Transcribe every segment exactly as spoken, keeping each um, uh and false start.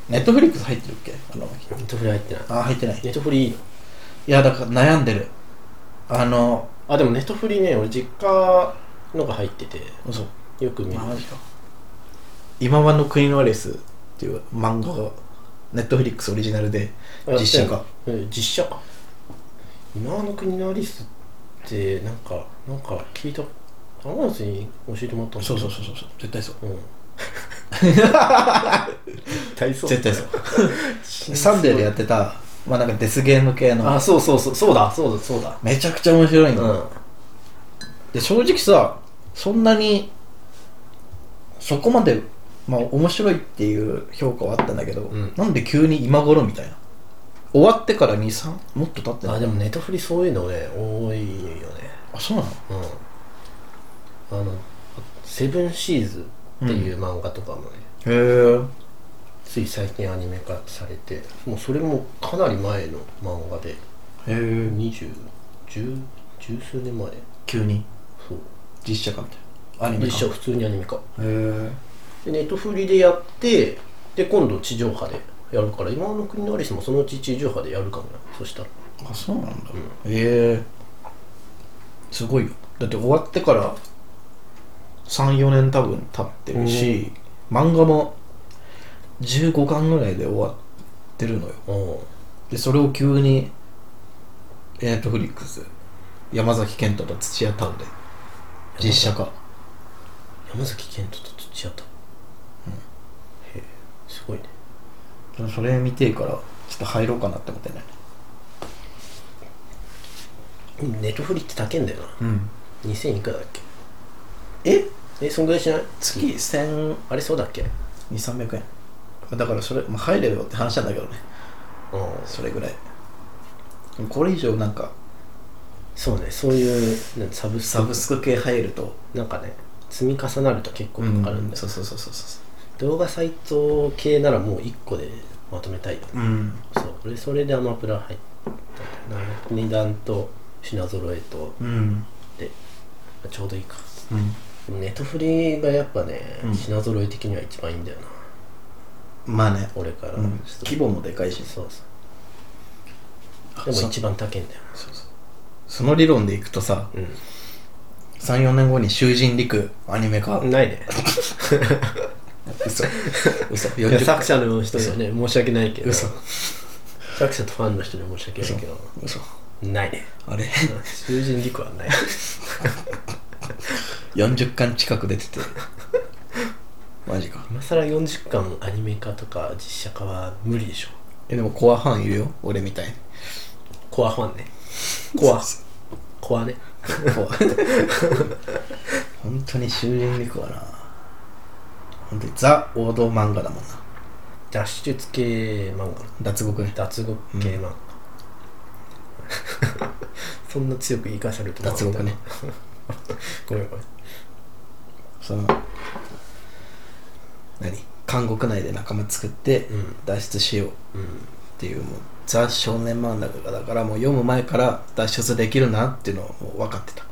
ネットフリックス入ってるっけ？あのネットフリ入ってない。 あ、入ってない。 ネットフリいいの？ いやだから悩んでる。あのあでもネットフリね、俺実家のが入ってて嘘よく見る。 マジか。今はの国のアリスっていう漫画がネットフリックスオリジナルで実写化。 実写化。今の国のアリスってなんかなんか聞いた。アマゾンに教えてもらったんだ。 そうそうそうそう絶対そう。 うん絶対そう絶対そうサンデーでやってたまあなんかデスゲーム系の。 あそうそうそうそうだそうだそうだ。 めちゃくちゃ面白いの、 うん、 で正直さそんなにそこまでまあ面白いっていう評価はあったんだけど、 うん、 なんで急に今頃みたいな。終わってからに、さんもっと経ってない。 あでもネットフリそういうのね多いよね。 あそうなの。 うんあのセブンシーズっていう漫画とかもね、 うん、へえ。 つい最近アニメ化されて、もうそれもかなり前の漫画で、 へえ。 二十十十数年前。 急にそう実写化みたいな。アニメ化。 実写普通にアニメ化。 へえ。 でネットフリでやって、で今度地上波でやるから、今の国のアリスもそのうち地上波でやるかもな。そしたら。 あそうなんだ。 うん、 へえ。すごいよ。だって終わってからさん、よねん多分経ってるし、漫画もじゅうごかんぐらいで終わってるのよ。でそれを急にネットフリックス山崎賢人と土屋太鳳で実写化。 山崎賢人と土屋太鳳、うん、へえすごいね。 それ見てからちょっと入ろうかなって思ってね。 ネットフリって高いんだよな。 うんにせんいくらだっけ。 ええそんぐらいしない？ 月せんあれそうだっけ。 にひゃく、さんびゃくえんだからそれ、まあ、入れよって話なんだけどね。 うんそれぐらい。これ以上なんかそうね、そういうサブスクサブスク系入るとなんかね積み重なると結構かかるんで、 うん、そうそうそうそうそう動画サイト系ならもういっこでまとめたいよね。 う。うんそう俺それでアマプラ入ったんだよな。にだんと品揃えとうんでちょうどいいか。 うんネットフリがやっぱね、 うん品揃え的には一番いいんだよな。 まあね、 俺から、 うん、規模もでかいし、 そうそうでも一番高いんだよ。 そうそう。その理論でいくとさ、 うん、 さん、よねんごに囚人陸アニメ化ないね嘘嘘いや作者の人にはね申し訳ないけど、 嘘作者とファンの人には申し訳ないけど嘘ないね。 あれ囚人陸はないよんじゅっかん近く出ててマジか。 今更よんじゅっかんアニメ化とか実写化は無理でしょ。 えでもコアファンいるよ俺みたいに。 コアファンね。コアコアねコア本当に囚人陸はな本当にザ王道漫画だもんな。 脱出系漫画、 脱獄ね。 脱獄系漫画、うん、そんな強く言い返されると脱獄ねごめんごめん。 その何監獄内で仲間作って脱出しようっていう、もうザ少年漫画だからもう読む前から脱出できるなっていうのをもう分かってた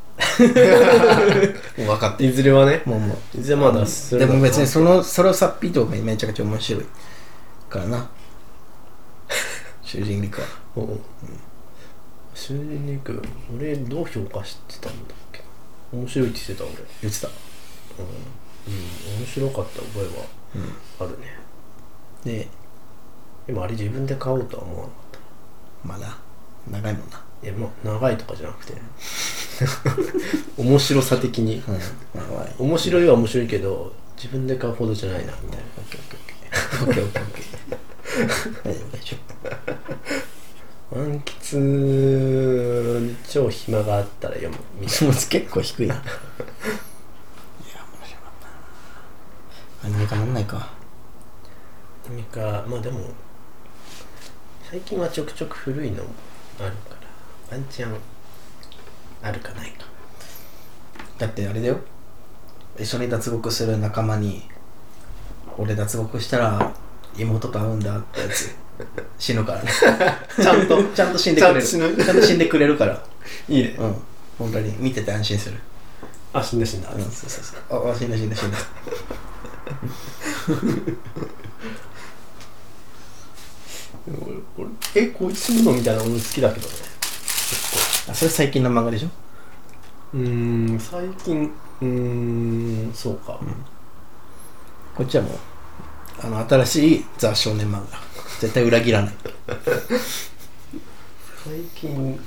もう分かっていずれはね、 もうもういずれまだする。 でも別にそのそれをさっぴとかめちゃくちゃ面白いからな囚人陸は。 うん、囚人陸俺どう評価してたんだっけ。面白いって言ってた俺。 言ってた。 うん、うん、面白かった覚えはあるね、 うん、ででもあれ自分で買おうとは思わなかった。 まだ長いもんな。 いやまあ長いとかじゃなくて面白さ的に、 うん、 面白いは面白いけど自分で買うほどじゃないなみたいな。 オッケーオッケーオッケーオッケー大丈夫大丈夫。満喫超暇があったら読むみたいな。 結構低いな。いや面白かったな。アニメ化なんないか。 アニメ化まあでも最近はちょくちょく古いのもあるからワンチャンあるかないか。 だってあれだよ、一緒に脱獄する仲間に俺脱獄したら妹と会うんだってやつ死ぬからねちゃんとちゃんと死んでくれるちゃんと死んでくれるからいいね。 うん本当に見てて安心する。 あ死んだ死んだ、 うん、そうそうそうあ死んだ死んだ死んだえこいつのみたいなの好きだけどね結あそれ最近の漫画でしょ。 構うーん最近うーんそうか、うん、 こっちはもうあの新しいザ少年漫画絶対裏切らない最近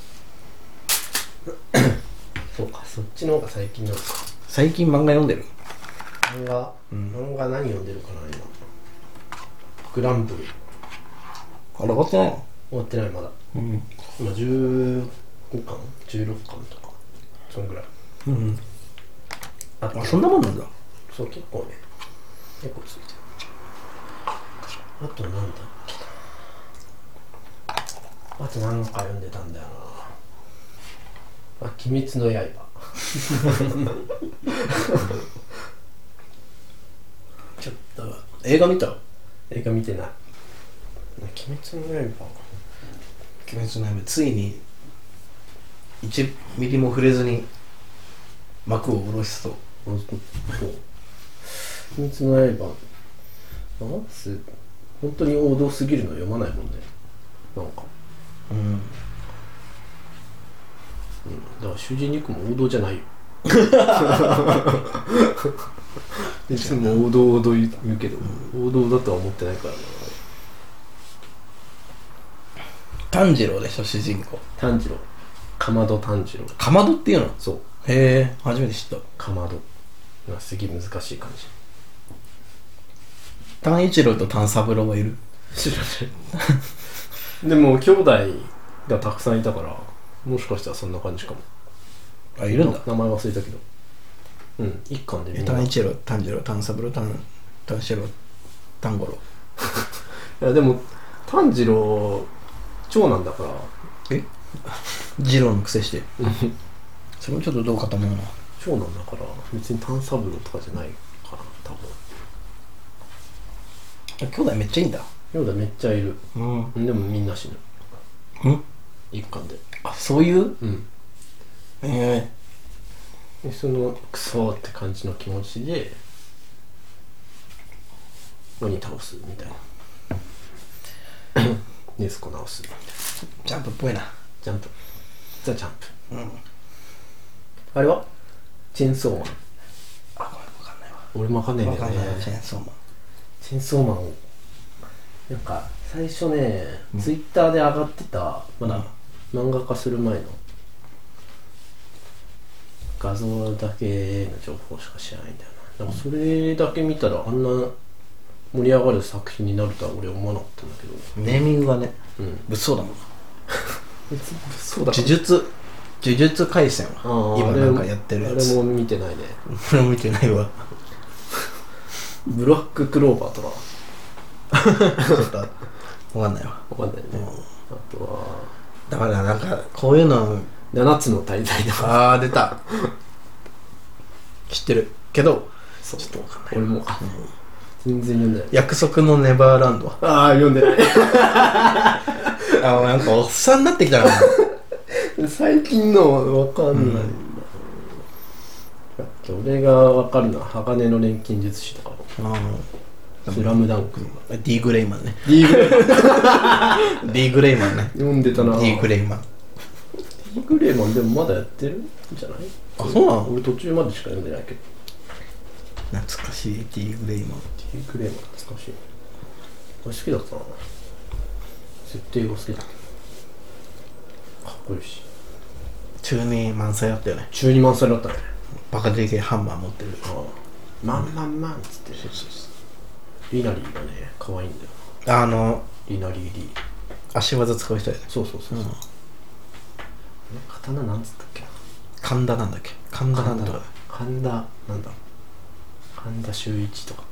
そうかそっちの方が最近なのか。 最近漫画読んでる。 漫画、うん、漫画何読んでるかな今。グランブルあれ終わってないの。 終わってないまだ、うん、今じゅうごかんじゅうろっかんとかそんぐらい、うん、 あ, あそんなもんなんだ。 そう結構ね結構ついてる。あとなんだっけなあと何か読んでたんだよなあ鬼滅の刃ちょっと映画見た。 映画見てない。鬼滅の刃鬼滅の刃ついにいちミリも触れずに幕を下ろしそう。 鬼滅の刃なんす本当に王道すぎるの読まないもんねなんかうん、うん、だから主人肉も王道じゃないよいつも王道王道言うけど、うん、王道だとは思ってないからな。 炭治郎でしょ主人公。 炭治郎かまど炭治郎。 かまどっていうの。 そう。 へえ初めて知った。 かまどがすげえ難しい感じ。 炭一郎と炭三郎がいる。 知らないでも兄弟がたくさんいたからもしかしたらそんな感じかも。 あいるんだ。 名前忘れたけどうん一巻でみんな炭一郎炭治郎炭三郎炭炭四郎炭五郎いやでも炭治郎長男だから。 え次郎の癖してそれもちょっとどうかと思うな。 長男だから別に炭三郎とかじゃないかな多分。 兄弟めっちゃいいんだ。 兄弟めっちゃいる、うん、でもみんな死ぬ。ん一巻で。 あそういう。 うんええー、そのクソって感じの気持ちで鬼倒すみたいなネスコ直すみたいな。 ジャンプっぽいな。 ジャンプザ・ジャンプ、うん、あれはチェーンソーマン。 あこれ分かんないわ。 俺も分かんないんだよね。 チェーンソーマンチェーンソーマンなんか最初ね、うん、ツイッターで上がってたまだ、うん、漫画化する前の画像だけの情報しか知らないんだよな。でもそれだけ見たらあんな盛り上がる作品になるとは俺思わなかったんだけど。 ネーミングがね、うん、物騒だもんな別に物騒だ呪術呪術廻戦は今なんかやってるやつ。 あれも見てないね。 俺も見てないわブラッククローバーとかちょっと分かんないわ。 分かんないね、うん、あとはだからなんかこういうのななつの大罪とか。 あー出た知ってるけどちょっと分かんない。俺も、うん、全然読んでない。 約束のネバーランドはああ読んでないあなんかおっさんになってきたな最近の分かんないんだ、うん、俺が分かるのは鋼の錬金術師とかスラムダンク D グレイマンね。 D グレイマンD グレイマンね。 読んでたな。 D グレイマン D グレイマンでもまだやってるんじゃない。 あそうなの。 俺途中までしか読んでないけど懐かしい D グレイマン。 D グレイマン懐かしい。俺好きだったな。設定が好きだった。かっこいいし中二満載だったよね。 中二満載だったね。 バカでけえハンマー持ってる。 ああマンマンマンっつって、ね、そうそうそう。リナリーがね可愛いんだよ。 あのリナリーリー足技使う人やね。 そうそうそうそう、うん、刀なんつったっけな。 神田なんだっけ。神田なんだ。 神田なんだ神田修一とか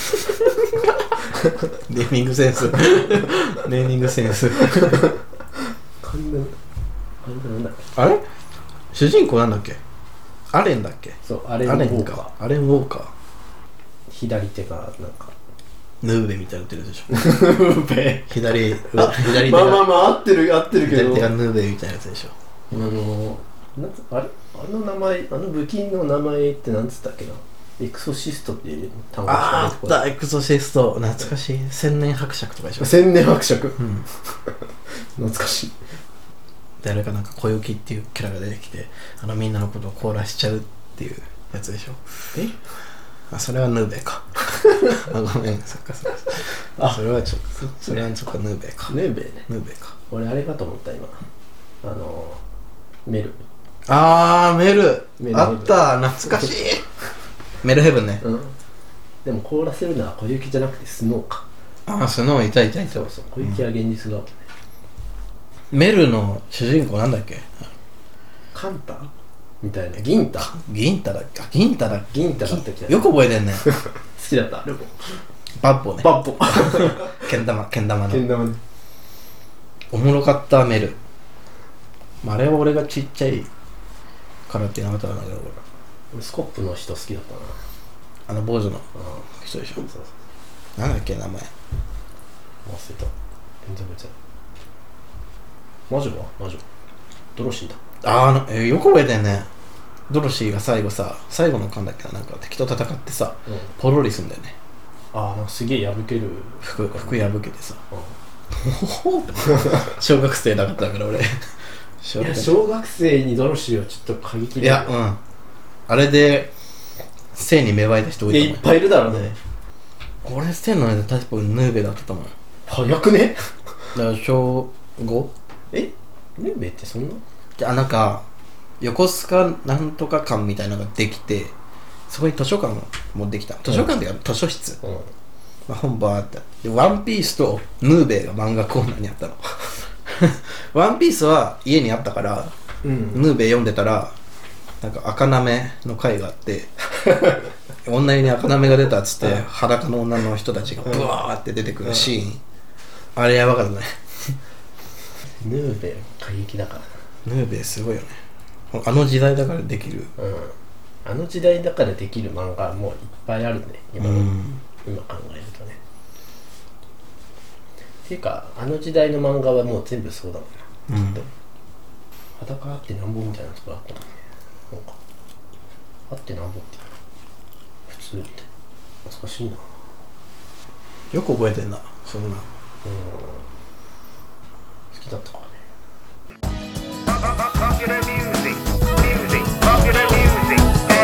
ネーミングセンスネーミングセンス神田神田なんだっけ。 あれ主人公なんだっけ。アレンだっけ。 そうアレンウォーカー。 アレンウォーカー。 左手がなんかヌーベみたいになってるでしょヌーベ左左手がまあまあまあ合ってる合ってるけど左手がヌーベみたいなやつでしょ。 あのなんつあれあの名前あの武器の名前ってなんつったっけな。 エクソシストっていう単語しかあーあっ出てこない。 たエクソシスト懐かしい千年伯爵とかでしょ。 千年伯爵、 うん懐かしい。 誰かなんか小雪っていうキャラが出てきてあのみんなのことを凍らしちゃうっていうやつでしょ。 えあそれはヌーベかあごめんそっかそっかあそれはちょっとそれはそっかヌーベかヌーベね。 ヌーベか俺あれかと思った今、あのメル。 あーメルメルあった懐かしいメルヘブンね。 うん。でも凍らせるのは小雪じゃなくてスノーか。 ああスノーいたいたいた。 そうそう、小雪は現実だもんね。 メルの主人公なんだっけ。 カンタみたいな。ギンタギンタだっけ。あギンタだっギンタだった気がすけ。 る。 よく覚えてんね好きだった。でもバッボね。 バッポけん玉けん玉のけん玉ね。 おもろかったメル。まああれは俺がちっちゃいからっていうのはあったんだけど、 俺スコップの人好きだったな。 あの坊主のあ人でしょ。 そうそうなんだっけ名前。 忘れた。全然覚えてない。魔女は魔女ドロシーだ。 あーあの、えーよく覚えてんね。ドロシーが最後さ、最後の巻だっけな、なんか敵と戦ってさ、 うん。 ポロリすんだよね。 ああ、なんかすげえ破ける。 服服破けてさ、 うほほって小学生だったから俺。小ん。いや、 学生小学生にドロシーはちょっと過激だよ。 いや、うん。あれで性に芽生えた人多いや、 いと思う。 いっぱいいるだろうね。 俺性の間確かヌーベだったと思う。 早くね。 だから小 ご？ えヌーベってそんな？ あ、なんか横須賀なんとか館みたいなのができて、そこに図書館もできた。図書館っていうか図書室、 うん。 まあ、本バーってあってでワンピースとヌーベが漫画コーナーにあったのワンピースは家にあったからうん。 ヌーベ読んでたらなんか赤なめの回があって女湯に赤なめが出たっつってうん裸の女の人たちがブワーって出てくるシーン、あれやばかったね。 ヌーベ過激だからヌーベすごいよね。あの時代だからできる。 な。うん。あの時代だからできる漫画もういっぱいあるね。 う今,、 ん今考えるとね。っていうか、あの時代の漫画はもう全部そうだもんな。 うん裸あってなんぼみたいなとこあったもんね。なんかあってなんぼって普通みたいな。懐かしいな。 よく覚えてんなそんな。 うん。好きだったからね。